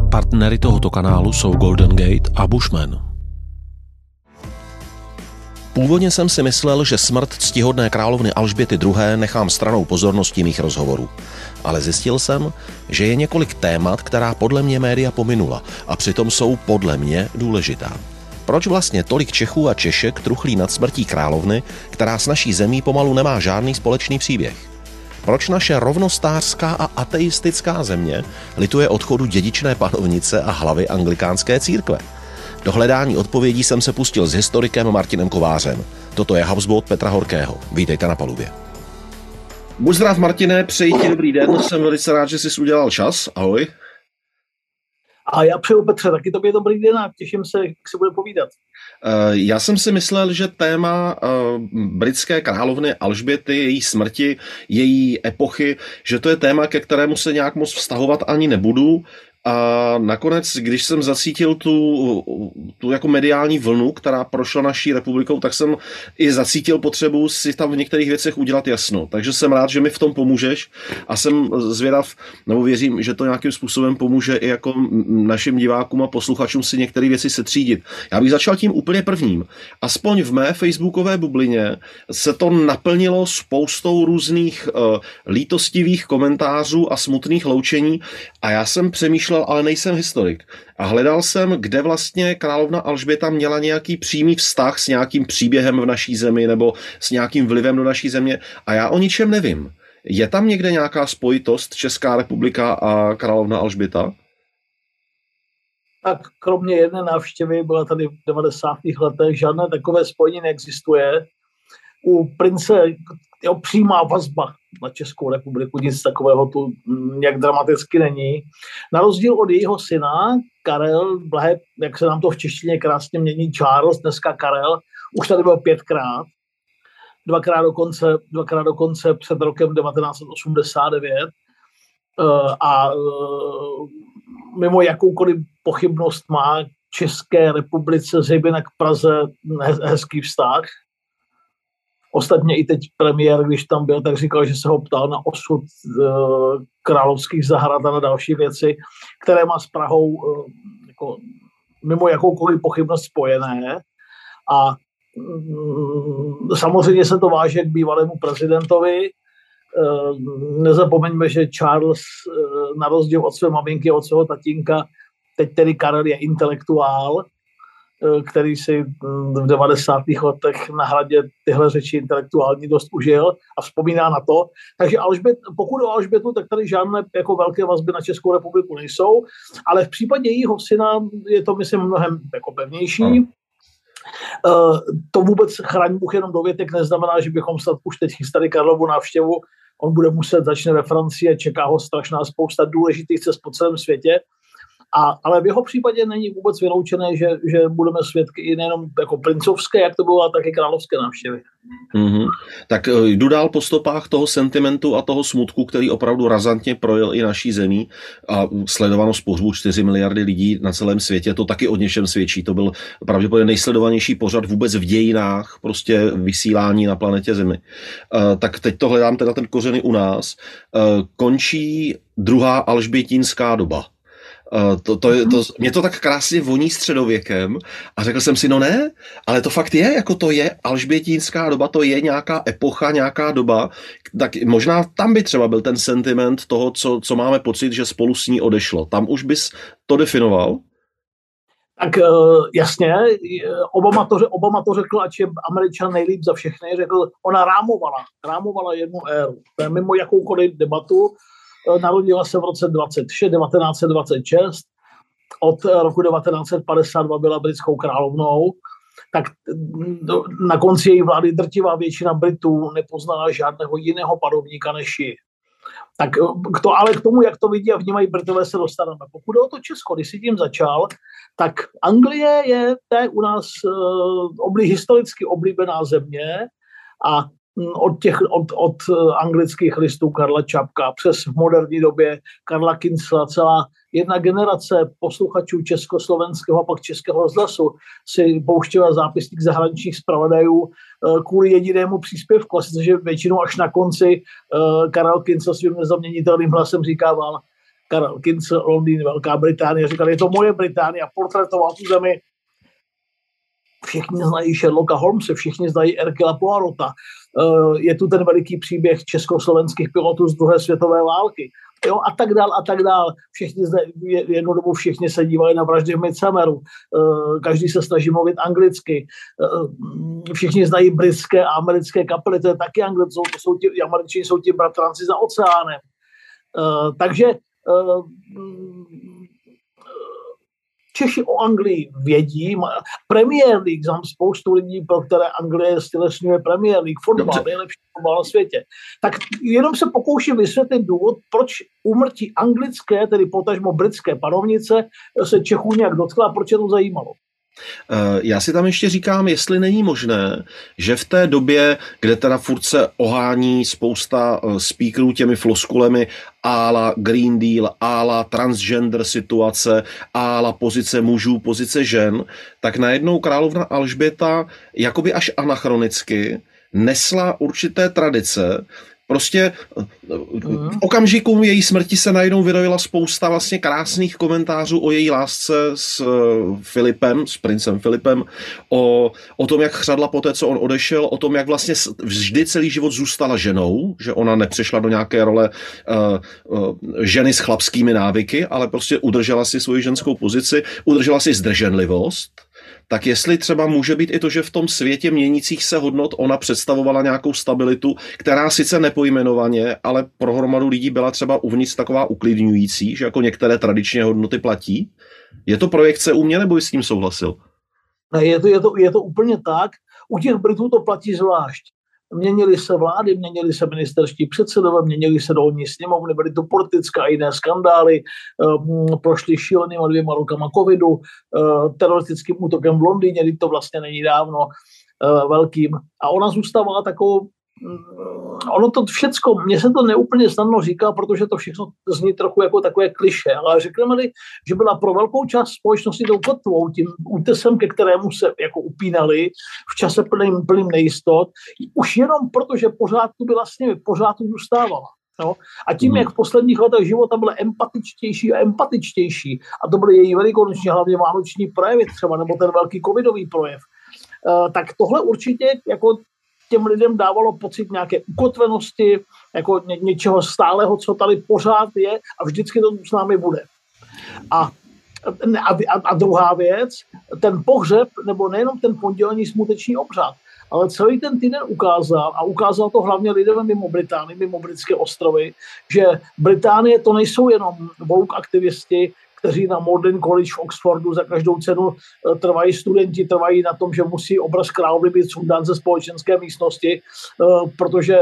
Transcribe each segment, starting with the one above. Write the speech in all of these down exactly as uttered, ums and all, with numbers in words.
Partnery tohoto kanálu jsou Golden Gate a Bushman. Původně jsem si myslel, že smrt ctihodné královny Alžběty druhé. nechám stranou pozornosti mých rozhovorů. Ale zjistil jsem, že je několik témat, která podle mě média pominula a přitom jsou podle mě důležitá. Proč vlastně tolik Čechů a Češek truchlí nad smrtí královny, která s naší zemí pomalu nemá žádný společný příběh? Proč naše rovnostářská a ateistická země lituje odchodu dědičné panovnice a hlavy anglikánské církve? Do hledání odpovědí jsem se pustil s historikem Martinem Kovářem. Toto je Houseboat Petra Horkého. Vítejte na palubě. Buď zdrav, Martine, přeji ti dobrý den. Jsem velice rád, že jsi udělal čas. Ahoj. A já přeju, Petře, taky tobě dobrý den a těším se, jak se bude povídat. Já jsem si myslel, že téma britské královny Alžběty, její smrti, její epochy, že to je téma, ke kterému se nějak moc vztahovat ani nebudu. A nakonec, když jsem zacítil tu, tu jako mediální vlnu, která prošla naší republikou, tak jsem i zacítil potřebu si tam v některých věcech udělat jasno. Takže jsem rád, že mi v tom pomůžeš a jsem zvědav, nebo věřím, že to nějakým způsobem pomůže i jako našim divákům a posluchačům si některé věci setřídit. Já bych začal tím úplně prvním. Aspoň v mé facebookové bublině se to naplnilo spoustou různých uh, lítostivých komentářů a smutných loučení a já jsem přemýšlel, ale nejsem historik. A hledal jsem, kde vlastně královna Alžběta měla nějaký přímý vztah s nějakým příběhem v naší zemi nebo s nějakým vlivem do naší země a já o ničem nevím. Je tam někde nějaká spojitost Česká republika a královna Alžběta? Tak kromě jedné návštěvy, byla tady v devadesátých letech, žádné takové spojení neexistuje. U prince je přímá vazba na Českou republiku, nic takového tu nějak dramaticky není. Na rozdíl od jejího syna, Karel, blahe, jak se nám to v češtině krásně mění, Charles, dneska Karel, už tady byl pětkrát, dvakrát dokonce, dvakrát dokonce před rokem devatenáct set osmdesát devět a mimo jakoukoliv pochybnost má České republice, zejména k Praze, hezký vztah. Ostatně i teď premiér, když tam byl, tak říkal, že se ho ptal na osud uh, královských zahrad a na další věci, které má s Prahou uh, jako, mimo jakoukoliv pochybnost spojené. A um, samozřejmě se to váže k bývalému prezidentovi. Uh, nezapomeňme, že Charles uh, na rozdíl od své maminky, od svého tatínka, teď tedy Karel je intelektuál, který si v devadesátých letech na Hradě tyhle řeči intelektuální dost užil a vzpomíná na to. Takže Alžbět, pokud o Alžbětu, tak tady žádné jako velké vazby na Českou republiku nejsou, ale v případě jejího syna je to, myslím, mnohem jako pevnější. Uh, to vůbec chraň Bůh jenom dovětek neznamená, že bychom snad už teď chystali Karlovu návštěvu. On bude muset, začne ve Francii a čeká ho strašná spousta důležitých cest po celém světě. A, ale v jeho případě není vůbec vyloučené, že, že budeme svědky i nejenom jako princovské, jak to bylo, ale taky královské návštěvy. Mm-hmm. Tak jdu dál po stopách toho sentimentu a toho smutku, který opravdu razantně projel i naší zemí a sledovanost pohřbu čtyři miliardy lidí na celém světě, to taky o něčem svědčí. To byl pravděpodobně nejsledovanější pořad vůbec v dějinách prostě vysílání na planetě Zemi. Uh, tak teď to hledám teda ten kořeny u nás. Uh, končí druhá alžbětínská doba. Uh, to, to, to, mě to tak krásně voní středověkem a řekl jsem si, no ne, ale to fakt je, jako to je alžbětínská doba, to je nějaká epocha, nějaká doba, tak možná tam by třeba byl ten sentiment toho, co, co máme pocit, že spolu s ní odešlo. Tam už bys to definoval? Tak jasně, Obama to, Obama to řekl, ať je Američan nejlíp za všechny, řekl, ona rámovala, rámovala jednu éru, to je mimo jakoukoliv debatu. Narodila se v roce devatenáct set dvacet šest, od roku devatenáct set padesát dva byla britskou královnou, tak na konci její vlády drtivá většina Britů nepoznala žádného jiného panovníka než ji. Tak to, ale k tomu, jak to vidí a vnímají Britové, se dostaneme. Pokud je o to Česko, když si tím začal, tak Anglie je té u nás uh, oblí, historicky oblíbená země a od těch od, od anglických listů Karla Čapka přes v moderní době Karla Kincla, celá jedna generace posluchačů československého a pak českého rozhlasu si pouštěla zápisník zahraničních zpravodajů kvůli jedinému příspěvku, že většinou až na konci Karel Kincl svým nezaměnitelným hlasem říkával: Karel Kince, Londýn, Velká Británie, říkal, je to moje Británie a portretoval tu zemi. Všichni znají Sherlocka Holmese, všichni znají Hercula Poirota. Je tu ten veliký příběh československých pilotů z druhé světové války. Jo, a tak dál, a tak dál. Všichni zde, jednu dobu všichni se dívali na Vraždy v Midsummeru. Každý se snaží mluvit anglicky. Všichni znají britské a americké kapely, to je taky anglické, to jsou ti, Američané jsou ti bratranci za oceánem. Takže Češi o Anglii vědí. Premier League, znám spoustu lidí, pro které Anglie stělesňuje Premier League, fotbal, nejlepší fotbal na světě. Tak jenom se pokouším vysvětlit důvod, proč úmrtí anglické, tedy potažmo britské panovnice, se Čechů nějak dotkla a proč je to zajímalo. Já si tam ještě říkám, jestli není možné, že v té době, kde teda furt se ohání spousta speakerů těmi floskulemi ála Green Deal, ála transgender situace, ála pozice mužů, pozice žen, tak najednou královna Alžběta jakoby až anachronicky nesla určité tradice. Prostě v okamžiku její smrti se najednou vyrojila spousta vlastně krásných komentářů o její lásce s Filipem, s princem Filipem, o, o tom, jak chřadla po té, co on odešel, o tom, jak vlastně vždy celý život zůstala ženou, že ona nepřešla do nějaké role uh, uh, ženy s chlapskými návyky, ale prostě udržela si svoji ženskou pozici, udržela si zdrženlivost. Tak jestli třeba může být i to, že v tom světě měnících se hodnot ona představovala nějakou stabilitu, která sice nepojmenovaně, ale pro hromadu lidí byla třeba uvnitř taková uklidňující, že jako některé tradičně hodnoty platí. Je to projekce u mě, nebo jsi s tím souhlasil? Ne, je to, je to, je to úplně tak. U těch Britů to platí zvlášť. Měnily se vlády, měnily se ministerští předsedové, měnily se dolní sněmovny, byly to politické a jiné skandály, prošly šílenýma dvěma rokama covidu, teroristickým útokem v Londýně, kdy to vlastně není dávno velkým. A ona zůstávala takovou, ono to všecko, mně se to neúplně snadno říká, protože to všechno zní trochu jako takové klišé, ale řekneme-li, že byla pro velkou část společnosti tou kotvou, tím útesem, ke kterému se jako upínali v čase plným, plným nejistot, už jenom proto, že pořád tu byla s nimi, pořád tu zůstávala. No? A tím, jak v posledních letech života byla empatičtější a empatičtější, a to byly její velikonoční, hlavně vánoční projevy třeba, nebo ten velký covidový projev, tak tohle určitě jako těm lidem dávalo pocit nějaké ukotvenosti, jako ně, něčeho stálého, co tady pořád je a vždycky to s námi bude. A, a, a druhá věc, ten pohřeb, nebo nejenom ten pondělní smuteční obřad, ale celý ten týden ukázal, a ukázal to hlavně lidem mimo Británii, mimo britské ostrovy, že Británie to nejsou jenom woke aktivisti, kteří na Magdalen College v Oxfordu za každou cenu trvají studenti, trvají na tom, že musí obraz královny být sundán ze společenské místnosti, protože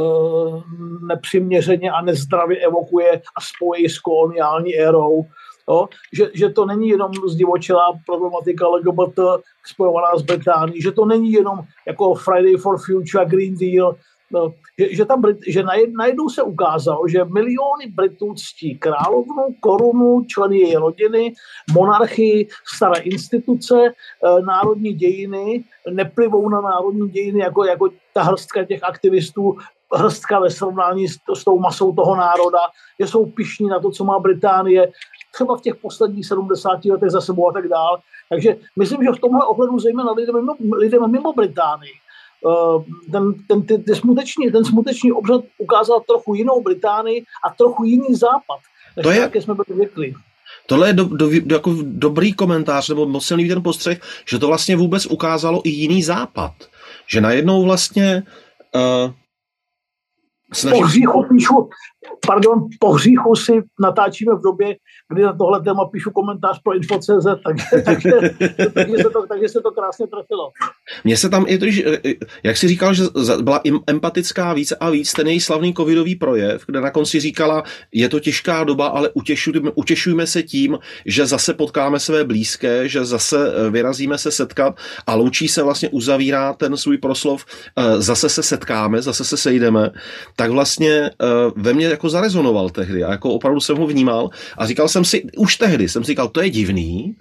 nepřiměřeně a nezdravě evokuje a spojí s koloniální érou. Jo? Že, že to není jenom zdivočelá problematika L G B T spojovaná s Británií, že to není jenom jako Friday for Future, Green Deal, no, že, že, tam, že najednou se ukázalo, že miliony Britů ctí královnu, korunu, členy její rodiny, monarchii, staré instituce, národní dějiny, neplivou na národní dějiny jako, jako ta hrstka těch aktivistů, hrstka ve srovnání s, s tou masou toho národa, že jsou pyšní na to, co má Británie, třeba v těch posledních sedmdesáti letech za sebou a tak dál. Takže myslím, že v tomhle ohledu zejména lidem mimo, lidem mimo Británii ten, ten, ten, ten, smuteční, ten smuteční obřad ukázal trochu jinou Británii a trochu jiný západ, než to je, jaké jsme byli zvyklí. Tohle je do, do, do, jako dobrý komentář, nebo moc silný ten postřeh, že to vlastně vůbec ukázalo i jiný západ. Že najednou vlastně uh, snažím... Po hříchu píšu, pardon, po hříchu si natáčíme v době, kdy na tohle téma píšu komentář pro info tečka cé zet, takže, takže, takže, se to, takže se to krásně trefilo. Mně se tam, i to, jak jsi říkal, že byla empatická víc a víc, ten její slavný covidový projev, kde na konci říkala, je to těžká doba, ale utěšujme, utěšujme se tím, že zase potkáme své blízké, že zase vyrazíme se setkat a loučí se vlastně uzavírá ten svůj proslov, zase se setkáme, zase se sejdeme, tak vlastně ve mně jako zarezonoval tehdy a jako opravdu jsem ho vnímal a říkal jsem si, už tehdy jsem si říkal, to je divný,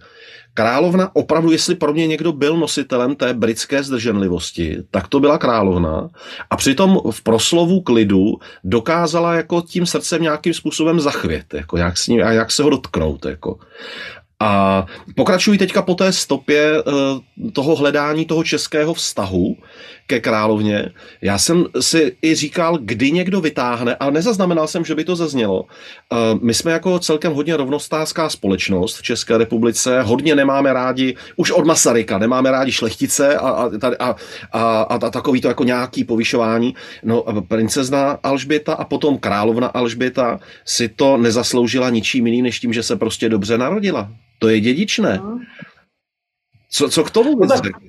královna opravdu, jestli pro mě někdo byl nositelem té britské zdrženlivosti, tak to byla královna. A přitom v proslovu k lidu dokázala jako tím srdcem nějakým způsobem zachvět, jako jak, s ním, a jak se ho dotknout. Jako. A pokračuji teďka po té stopě toho hledání toho českého vztahu ke královně. Já jsem si i říkal, kdy někdo vytáhne, ale nezaznamenal jsem, že by to zaznělo. My jsme jako celkem hodně rovnostářská společnost v České republice, hodně nemáme rádi, už od Masaryka, nemáme rádi šlechtice a, a, a, a, a takový to jako nějaký povyšování. No, princezna Alžběta a potom královna Alžběta si to nezasloužila ničím jiným, než tím, že se prostě dobře narodila. To je dědičné. Co, co k tomu bys řekl?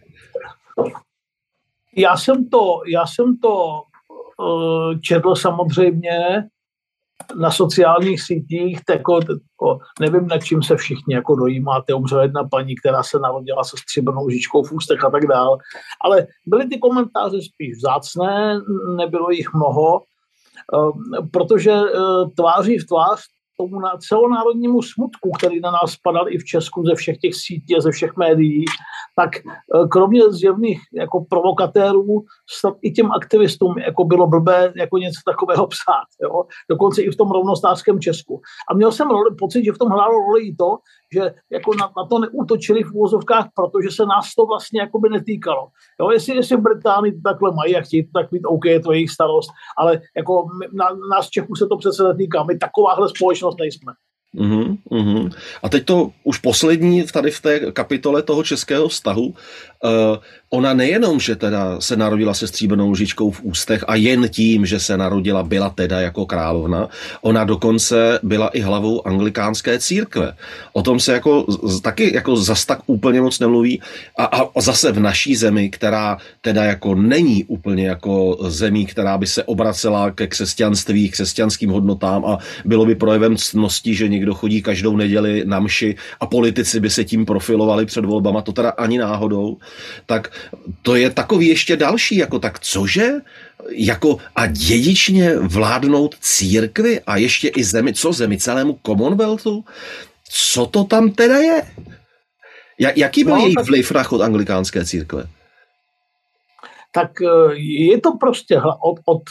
Já jsem to, já jsem to uh, četl samozřejmě na sociálních sítích, tako, tako, nevím, nad čím se všichni jako dojímáte. Umřela jedna paní, která se narodila se stříbrnou lžičkou v ústech a tak dále. Ale byly ty komentáře spíš vzácné, nebylo jich mnoho, uh, protože uh, tváří v tvář tomu na celonárodnímu smutku, který na nás spadal i v Česku ze všech těch sítí a ze všech médií, tak kromě zjevných jako provokatérů i těm aktivistům jako bylo blbé jako něco takového psát. Jo? Dokonce i v tom rovnostářském Česku. A měl jsem roli, pocit, že v tom hrálo roli i to, že jako na, na to neútočili v úvozovkách, protože se nás to vlastně jakoby netýkalo. Jo? Jestli, jestli v Británii to takhle mají a chtějí to tak být, OK, je to jejich starost, ale jako my, na, nás Čechů se to přece netýká. My takováhle společnost nejsme. Uhum, uhum. A teď to už poslední tady v té kapitole toho českého vztahu. Uh, ona nejenom, že teda se narodila se stříbrnou lžičkou v ústech a jen tím, že se narodila, byla teda jako královna, ona dokonce byla i hlavou anglikánské církve. O tom se jako taky jako zas tak úplně moc nemluví. A, a zase v naší zemi, která teda jako není úplně jako zemí, která by se obracela ke křesťanství, křesťanským hodnotám a bylo by projevem ctnosti, že někdo chodí každou neděli na mši a politici by se tím profilovali před volbama, to teda ani náhodou, tak to je takový ještě další, jako tak cože? Jako a dědičně vládnout církvi a ještě i zemi, co zemi, celému Commonwealthu? Co to tam teda je? Jaký byl no, její tak... vliv na chod anglikánské církve? Tak je to prostě od, od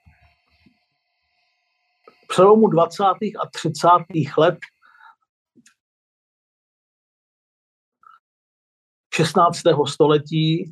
přelomu dvacátých a třicátých let šestnáctého století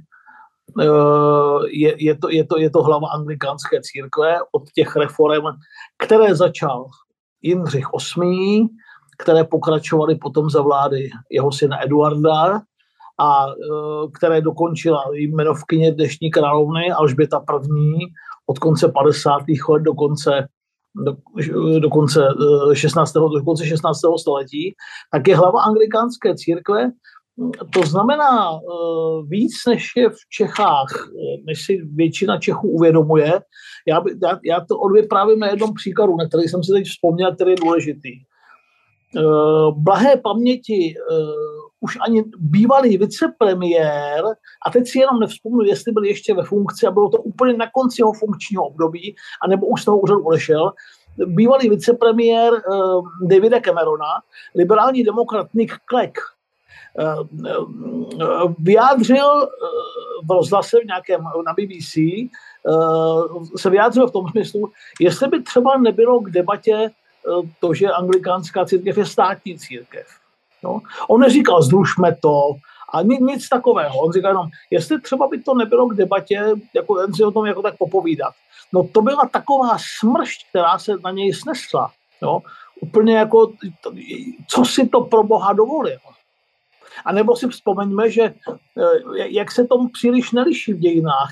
je, je, to, je, to, je to hlava anglikánské církve od těch reforem, které začal Jindřich osmý, které pokračovaly potom za vlády jeho syna Eduarda a které dokončila jmenovkyně dnešní královny Alžběta první od konce padesátých let do konce Do, do, konce šestnáctého, do konce šestnáctého století, tak je hlava anglikánské církve. To znamená uh, víc, než je v Čechách, než si většina Čechů uvědomuje. Já, by, já, já to odvyprávím na jednom příkladu, na který jsem si teď vzpomněl, který je důležitý. Uh, blahé paměti uh, už ani bývalý vicepremiér, a teď si jenom nevzpomnu, jestli byl ještě ve funkci a bylo to úplně na konci jeho funkčního období, anebo už z toho úřadu odešel, bývalý vicepremiér uh, Davida Camerona, liberální demokrat Nick Clegg, uh, uh, vyjádřil uh, v rozhlase v nějakém na B B C, uh, se vyjádřil v tom smyslu, jestli by třeba nebylo k debatě uh, to, že anglikánská církev je státní církev. No. On neříkal, zrušme to a nic, nic takového. On říkal jenom, jestli třeba by to nebylo k debatě, jako jen si o tom jako tak popovídat. No to byla taková smršť, která se na něj snesla. Jo. Úplně jako, co si to pro Boha dovolil. A nebo si vzpomeňme, že jak se tomu příliš neliší v dějinách,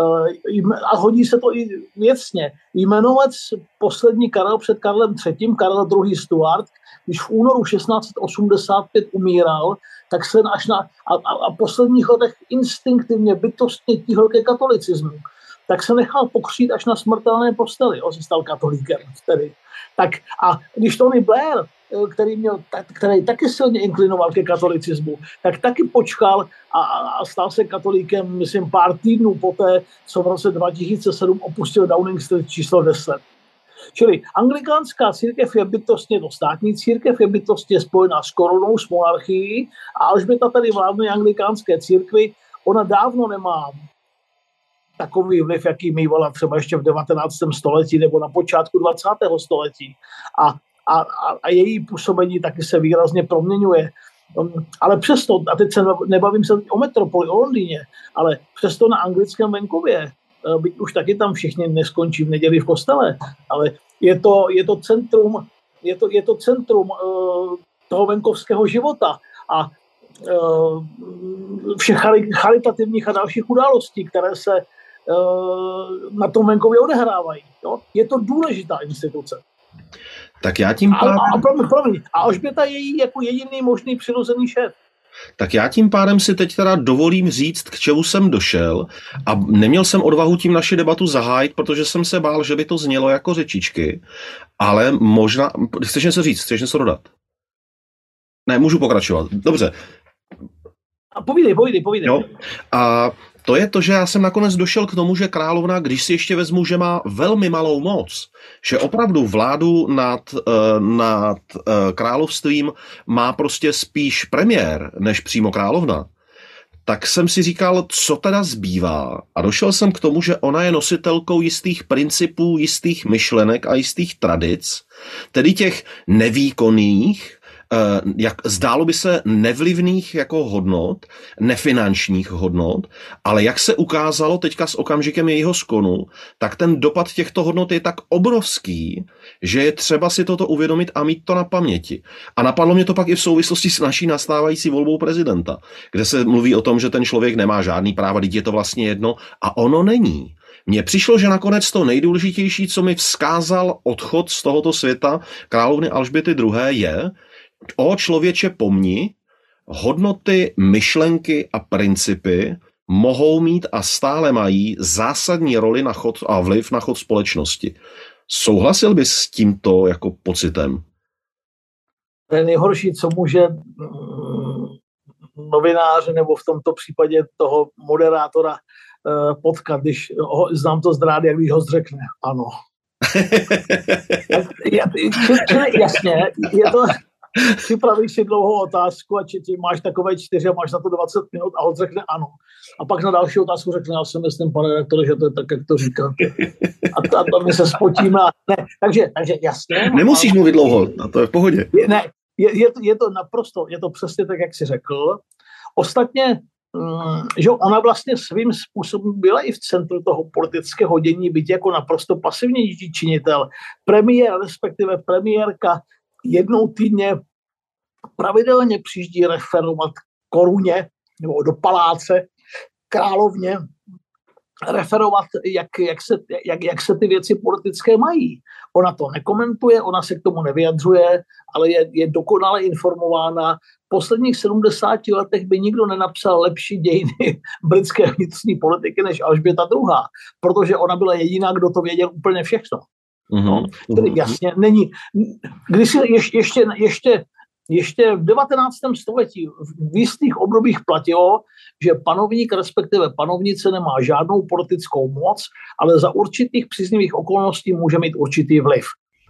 a hodí se to i věcně. Jmenovec poslední Karel před Karlem třetím, Karel druhý. Stuart, když v únoru šestnáct osmdesát pět umíral, tak se až na a, a, a posledních letech instinktivně bytostně tíhl ke katolicismu, tak se nechal pokřít až na smrtelné posteli, on se stal katolíkem vtedy. Tak a když Tony Blair, který, měl, který taky silně inklinoval ke katolicismu, tak taky počkal a, a stal se katolíkem, myslím, pár týdnů poté, co v roce dva tisíce sedm opustil Downing Street číslo deset. Čili anglikánská církev je bytostně to státní církev, je bytostně spojená s korunou, s monarchií a Alžběta tady vládne anglikánské církvi, ona dávno nemá takový vliv, jaký mývala třeba ještě v devatenáctém století nebo na počátku dvacátého století. A, a, a její působení taky se výrazně proměňuje. Ale přesto, a teď se nebavím se o metropoli, o Londýně, ale přesto na anglickém venkově, byť už taky tam všichni neskončí v neděli v kostele, ale je to, je to centrum, je to, je to centrum uh, toho venkovského života a uh, všech charitativních a dalších událostí, které se uh, na tom venkově odehrávají. Jo? Je to důležitá instituce. Tak já tím pádem... A, a, promiň, promiň. A Alžběta je její jako jediný možný přirozený šéf. Tak já tím pádem si teď teda dovolím říct, k čemu jsem došel a neměl jsem odvahu tím naši debatu zahájit, protože jsem se bál, že by to znělo jako řečičky, ale možná... Chceš něco říct? Chceš něco dodat? Ne, můžu pokračovat. Dobře. A povídej, povídej, povídej. Jo. A to je to, že já jsem nakonec došel k tomu, že královna, když si ještě vezmu, že má velmi malou moc, že opravdu vládu nad, nad královstvím má prostě spíš premiér, než přímo královna, tak jsem si říkal, co teda zbývá. A došel jsem k tomu, že ona je nositelkou jistých principů, jistých myšlenek a jistých tradic, tedy těch nevýkonných, jak zdálo by se nevlivných jako hodnot, nefinančních hodnot, ale jak se ukázalo teďka s okamžikem jejího skonu, tak ten dopad těchto hodnot je tak obrovský, že je třeba si toto uvědomit a mít to na paměti. A napadlo mě to pak i v souvislosti s naší nastávající volbou prezidenta, kde se mluví o tom, že ten člověk nemá žádný práva, teď je to vlastně jedno a ono není. Mně přišlo, že nakonec to nejdůležitější, co mi vzkázal odchod z tohoto světa královny Alžběty druhé. je, o člověče pomni, hodnoty, myšlenky a principy mohou mít a stále mají zásadní roli na chod a vliv na chod společnosti. Souhlasil bys s tímto jako pocitem? To je nejhorší, co může novinář nebo v tomto případě toho moderátora potkat, když ho, znám to z rádia, jak když ho zřekne. Ano. Jasně, je to... Připravíš si dlouhou otázku a či, či máš takové čtyři a máš na to dvacet minut a on řekne ano. A pak na další otázku řekne, já si myslím, pane redaktore, že to je tak, jak to říkáte. A, a to my se spotíme. Ne, takže, takže jasně. Nemusíš mluvit dlouho, a to je v pohodě. Je, ne, je, je, to, je to naprosto, je to přesně tak, jak jsi řekl. Ostatně, mm, že ona vlastně svým způsobem byla i v centru toho politického dění, byť jako naprosto pasivní činitel. Premiér, respektive premiérka, jednou týdně pravidelně přijíždí referovat koruně nebo do paláce královně, referovat, jak, jak, se, jak, jak se ty věci politické mají. Ona to nekomentuje, ona se k tomu nevyjadřuje, ale je, je dokonale informována. V posledních sedmdesáti letech by nikdo nenapsal lepší dějiny britské vnitřní politiky než Alžběta druhá, protože ona byla jediná, kdo to věděl úplně všechno. No, tedy jasně, není. Když si ještě, ještě, ještě, ještě v devatenáctém století v jistých obdobích platilo, že panovník, respektive panovnice nemá žádnou politickou moc, ale za určitých příznivých okolností může mít určitý vliv.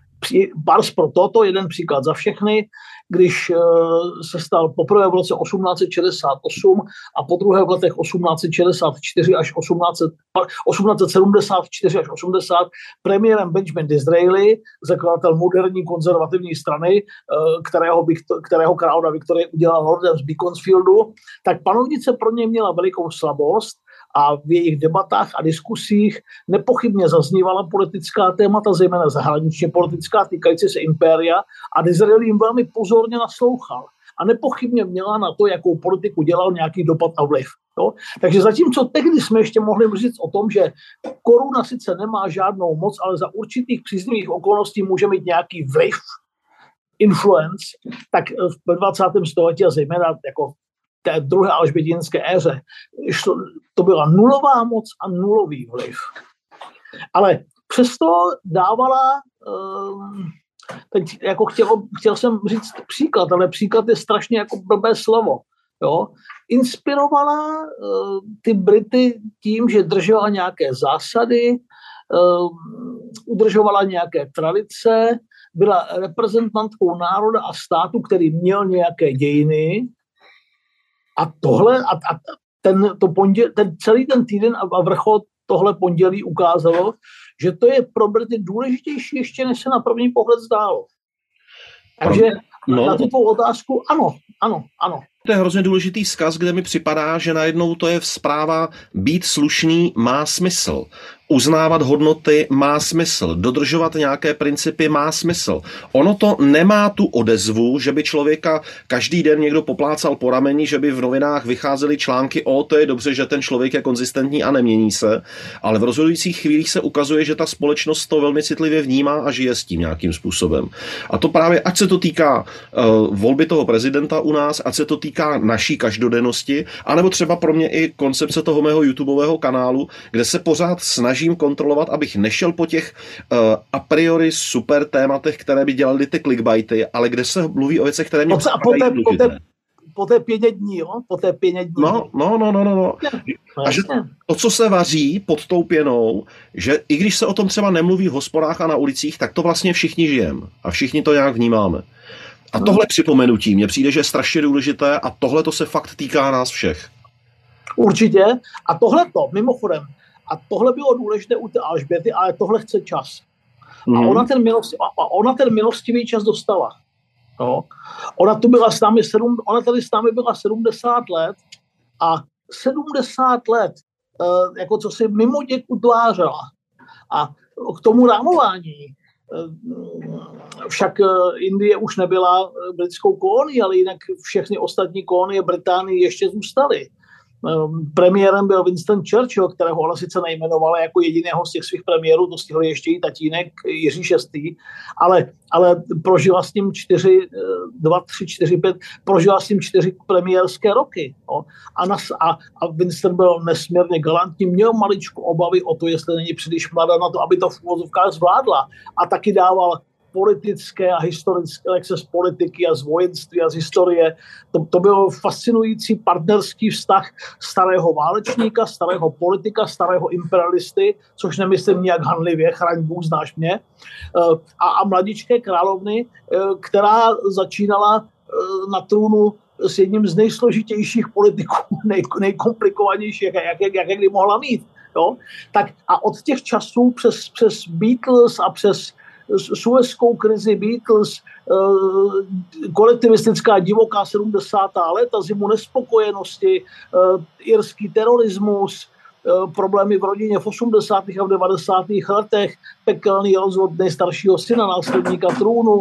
Pars pro toto, jeden příklad za všechny, když se stal poprvé v roce osmnáct set šedesát osm a po druhé v letech osmnáct set šedesát čtyři až osmnáct set sedmdesát čtyři až osmdesát premiérem Benjamin Disraeli, zakladatel moderní konzervativní strany, kterého, kterého královna Viktorie udělala lordem z Beaconsfieldu, tak panovnice pro něj měla velikou slabost a v jejich debatách a diskusích nepochybně zaznívala politická témata, zejména zahraničně politická, týkající se impéria, a Disraeli jim velmi pozorně naslouchal. A nepochybně měla na to, jakou politiku dělal, nějaký dopad a vliv. Jo? Takže zatímco tehdy jsme ještě mohli říct o tom, že koruna sice nemá žádnou moc, ale za určitých příznivých okolností může mít nějaký vliv, influence, tak v dvacátém století a zejména jako té druhé alžbětinské éře to byla nulová moc a nulový vliv. Ale přesto dávala, teď jako chtěl, chtěl jsem říct příklad, ale příklad je strašně jako blbé slovo. Jo? Inspirovala ty Brity tím, že držela nějaké zásady, udržovala nějaké tradice, byla reprezentantkou národa a státu, který měl nějaké dějiny. A tohle, a, a ten, to ponděl, ten celý ten týden a vrchol tohle pondělí ukázalo, že to je pro Brity důležitější ještě, než se na první pohled zdálo. Takže no, na tu tvou otázku, ano, ano, ano. To je hrozně důležitý vzkaz, kde mi připadá, že najednou to je zpráva být slušný má smysl. Uznávat hodnoty má smysl, dodržovat nějaké principy má smysl. Ono to nemá tu odezvu, že by člověka každý den někdo poplácal po rameni, že by v novinách vycházely články, o, to je dobře, že ten člověk je konzistentní a nemění se, ale v rozhodujících chvílích se ukazuje, že ta společnost to velmi citlivě vnímá a žije s tím nějakým způsobem. A to právě, ať se to týká uh, volby toho prezidenta u nás, ať se to týká naší každodennosti, anebo třeba pro mě i koncepce toho mého YouTubeového kanálu, kde se pořád snaží kontrolovat, abych nešel po těch uh, a priori super tématech, které by dělaly ty clickbaity, ale kde se mluví o věcech, které mě po, po, té, po, té, po té pěti dní, jo? Po té pěti dní. No, no, no, no, no. no. A že to, co se vaří pod tou pěnou, že i když se o tom třeba nemluví v hospodách a na ulicích, tak to vlastně všichni žijeme a všichni to nějak vnímáme. A tohle připomenutí mně přijde, že je strašně důležité a tohle to se fakt týká nás všech. Určitě. A tohle to, mimochodem, a tohle bylo důležité u té Alžběty, ale tohle chce čas. Mm. A ona ten, milosti, a ona ten milostivý čas dostala. No. Ona, tu byla s námi sedm, ona tady s námi byla sedmdesát let a sedmdesát let, eh, jako co si mimo děk utvářela. A k tomu rámování, eh, však Indie už nebyla britskou kolonií, ale jinak všechny ostatní kolonie Británii ještě zůstaly. Premiérem byl Winston Churchill, kterého ona sice nejmenovala jako jediného z těch svých premiérů, to stihl ještě i tatínek Jiří šestý, ale, ale prožila s ním čtyři, dva, tři, čtyři, pět, prožila s ním čtyři premiérské roky. No. A, nas, a, a Winston byl nesmírně galantní, měl maličku obavy o to, jestli není příliš mladá na to, aby to v úvozovkách zvládla. A taky dával politické a historické lekce z politiky a z vojenství a z historie. To, to byl fascinující partnerský vztah starého válečníka, starého politika, starého imperialisty, což nemyslím nijak hanlivě, chraň Bůh, znáš mě, a, a mladičké královny, která začínala na trůnu s jedním z nejsložitějších politiků, nej, nejkomplikovanějších, jak, jak, jak kdy mohla mít. Jo? Tak a od těch časů přes, přes Beatles a přes suezskou krizi, Beatles, kolektivistická divoká sedmdesátá léta, zimu nespokojenosti, irský terorismus, problémy v rodině v osmdesátých a v devadesátých letech, pekelný rozvod nejstaršího syna, následníka trůnu,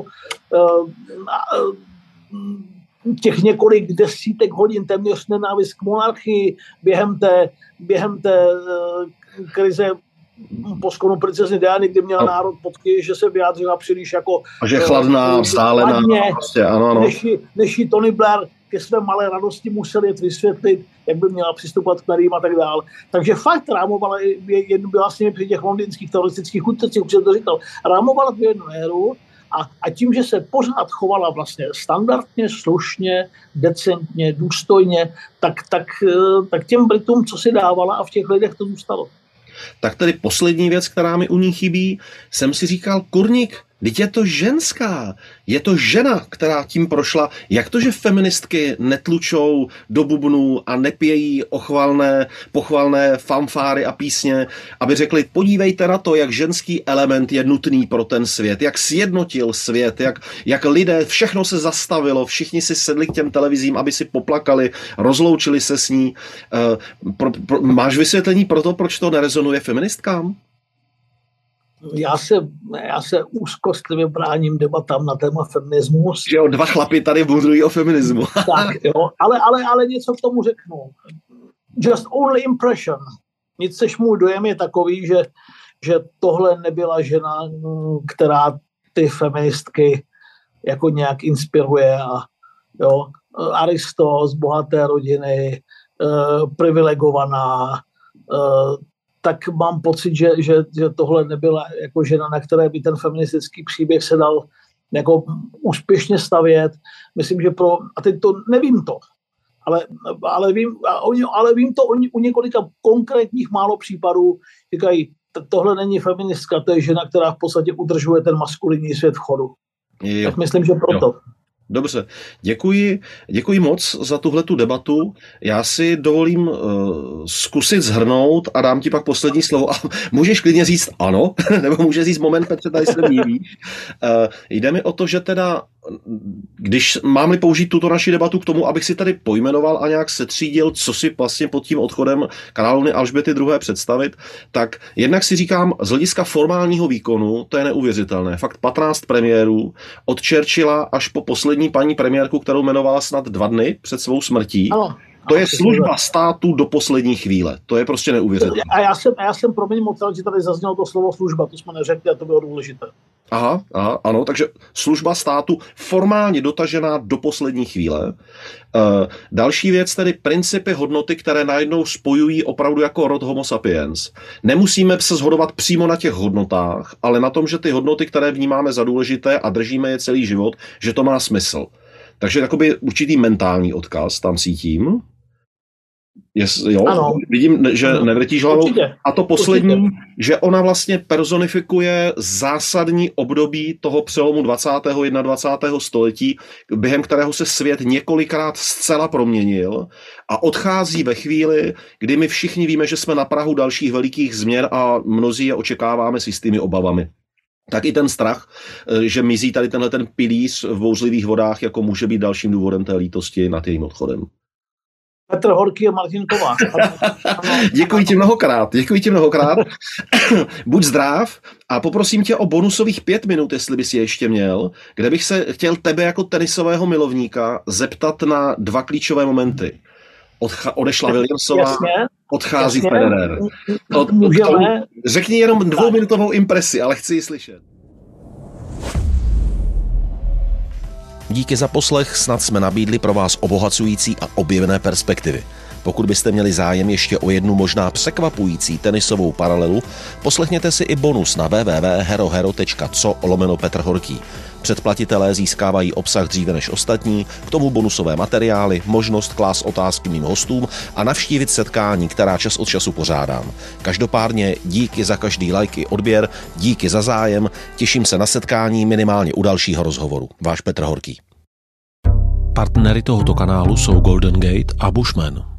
těch několik desítek hodin téměř nenávist k monarchii během té, během té krize po skonu princezny Diany, kdy měla národ podky, že se vyjádřila příliš jako... A že chladná, vzdálená. Prostě, ano, ano. Než, než jí Tony Blair ke své malé radosti musel jet vysvětlit, jak by měla přistupovat k médiím a tak dále. Takže fakt rámovala, jednu byla s nimi při těch londýnských teroristických útocích, už jsem to říkal, rámovala tu jednu éru a, a tím, že se pořád chovala vlastně standardně, slušně, decentně, důstojně, tak, tak, tak těm Britům, co si dávala a v těch lidech to zůstalo. Tak tedy poslední věc, která mi u ní chybí, jsem si říkal, kurník, vždyť je to ženská, je to žena, která tím prošla. Jak to, že feministky netlučou do bubnů a nepějí ochvalné, pochvalné fanfáry a písně, aby řekli, podívejte na to, jak ženský element je nutný pro ten svět, jak sjednotil svět, jak, jak lidé, všechno se zastavilo, všichni si sedli k těm televizím, aby si poplakali, rozloučili se s ní. Uh, pro, pro, máš vysvětlení pro to, proč to nerezonuje feministkám? Já se, já se úzkostlivě bráním debatám na téma feminismus. Že jo, dva chlapi tady budují o feminismu. Tak jo, ale, ale, ale něco k tomu řeknu. Just only impression. Nic sež můj dojem je takový, že, že tohle nebyla žena, která ty feministky jako nějak inspiruje. A, jo, Aristo z bohaté rodiny, uh, privilegovaná, uh, tak mám pocit, že, že, že tohle nebyla jako žena, na které by ten feministický příběh se dal jako úspěšně stavět. Myslím, že pro, a teď to nevím to, ale, ale, vím, ale vím to u několika konkrétních málo případů, říkají, tohle není feministka, to je žena, která v podstatě udržuje ten maskulinní svět v chodu. Jo. Tak myslím, že proto. Jo. Dobře, děkuji, děkuji moc za tuhletu debatu. Já si dovolím uh, zkusit shrnout a dám ti pak poslední slovo. A můžeš klidně říct ano, nebo můžeš říct moment, Petře, tady se mívíš. Uh, jde mi o to, že teda, když mám-li použít tuto naši debatu k tomu, abych si tady pojmenoval a nějak setřídil, co si vlastně pod tím odchodem královny Alžběty druhé. představit, tak jednak si říkám, z hlediska formálního výkonu, to je neuvěřitelné. Fakt patnáct premiérů, od Churchilla až po poslední paní premiérku, kterou jmenovala snad dva dny před svou smrtí. Ano. To je služba státu do poslední chvíle. To je prostě neuvěřitelné. A já jsem, a já jsem promiň moc, že tady zaznělo to slovo služba, to jsme neřekli a to bylo důležité. Aha, aha, ano, takže služba státu formálně dotažená do poslední chvíle. E, další věc, tedy principy, hodnoty, které najednou spojují opravdu jako rod homo sapiens. Nemusíme se shodovat přímo na těch hodnotách, ale na tom, že ty hodnoty, které vnímáme za důležité a držíme je celý život, že to má smysl. Takže jakoby určitý mentální odkaz tam cítím. Yes, jo, ano. Vidím, že ano. Nevrtíš hlavou. Určitě. A to poslední, Určitě. Že ona vlastně personifikuje zásadní období toho přelomu dvacátého a dvacátého prvního století, během kterého se svět několikrát zcela proměnil a odchází ve chvíli, kdy my všichni víme, že jsme na prahu dalších velikých změn a mnozí je očekáváme s jistými obavami. Tak i ten strach, že mizí tady tenhle ten pilíř v bouřlivých vodách, jako může být dalším důvodem té lítosti nad jejím odchodem. Petr Horký a Martin Kovář. Děkuji ti mnohokrát, děkuji ti mnohokrát. Buď zdrav a poprosím tě o bonusových pět minut, jestli bys je ještě měl, kde bych se chtěl tebe jako tenisového milovníka zeptat na dva klíčové momenty. Odcha- odešla Williamsová, Jasně, odchází jasně. Federer. To, Můžeme. Řekni jenom dvouminutovou impresi, ale chci ji slyšet. Díky za poslech, snad jsme nabídli pro vás obohacující a objevné perspektivy. Pokud byste měli zájem ještě o jednu možná překvapující tenisovou paralelu, poslechněte si i bonus na w w w tečka hero hero tečka co lomeno Petr Horký. Předplatitelé získávají obsah dříve než ostatní, k tomu bonusové materiály, možnost klást otázky mým hostům a navštívit setkání, která čas od času pořádám. Každopádně díky za každý like i odběr, díky za zájem, těším se na setkání minimálně u dalšího rozhovoru. Váš Petr Horký. Partnery tohoto kanálu jsou Golden Gate a Bushman.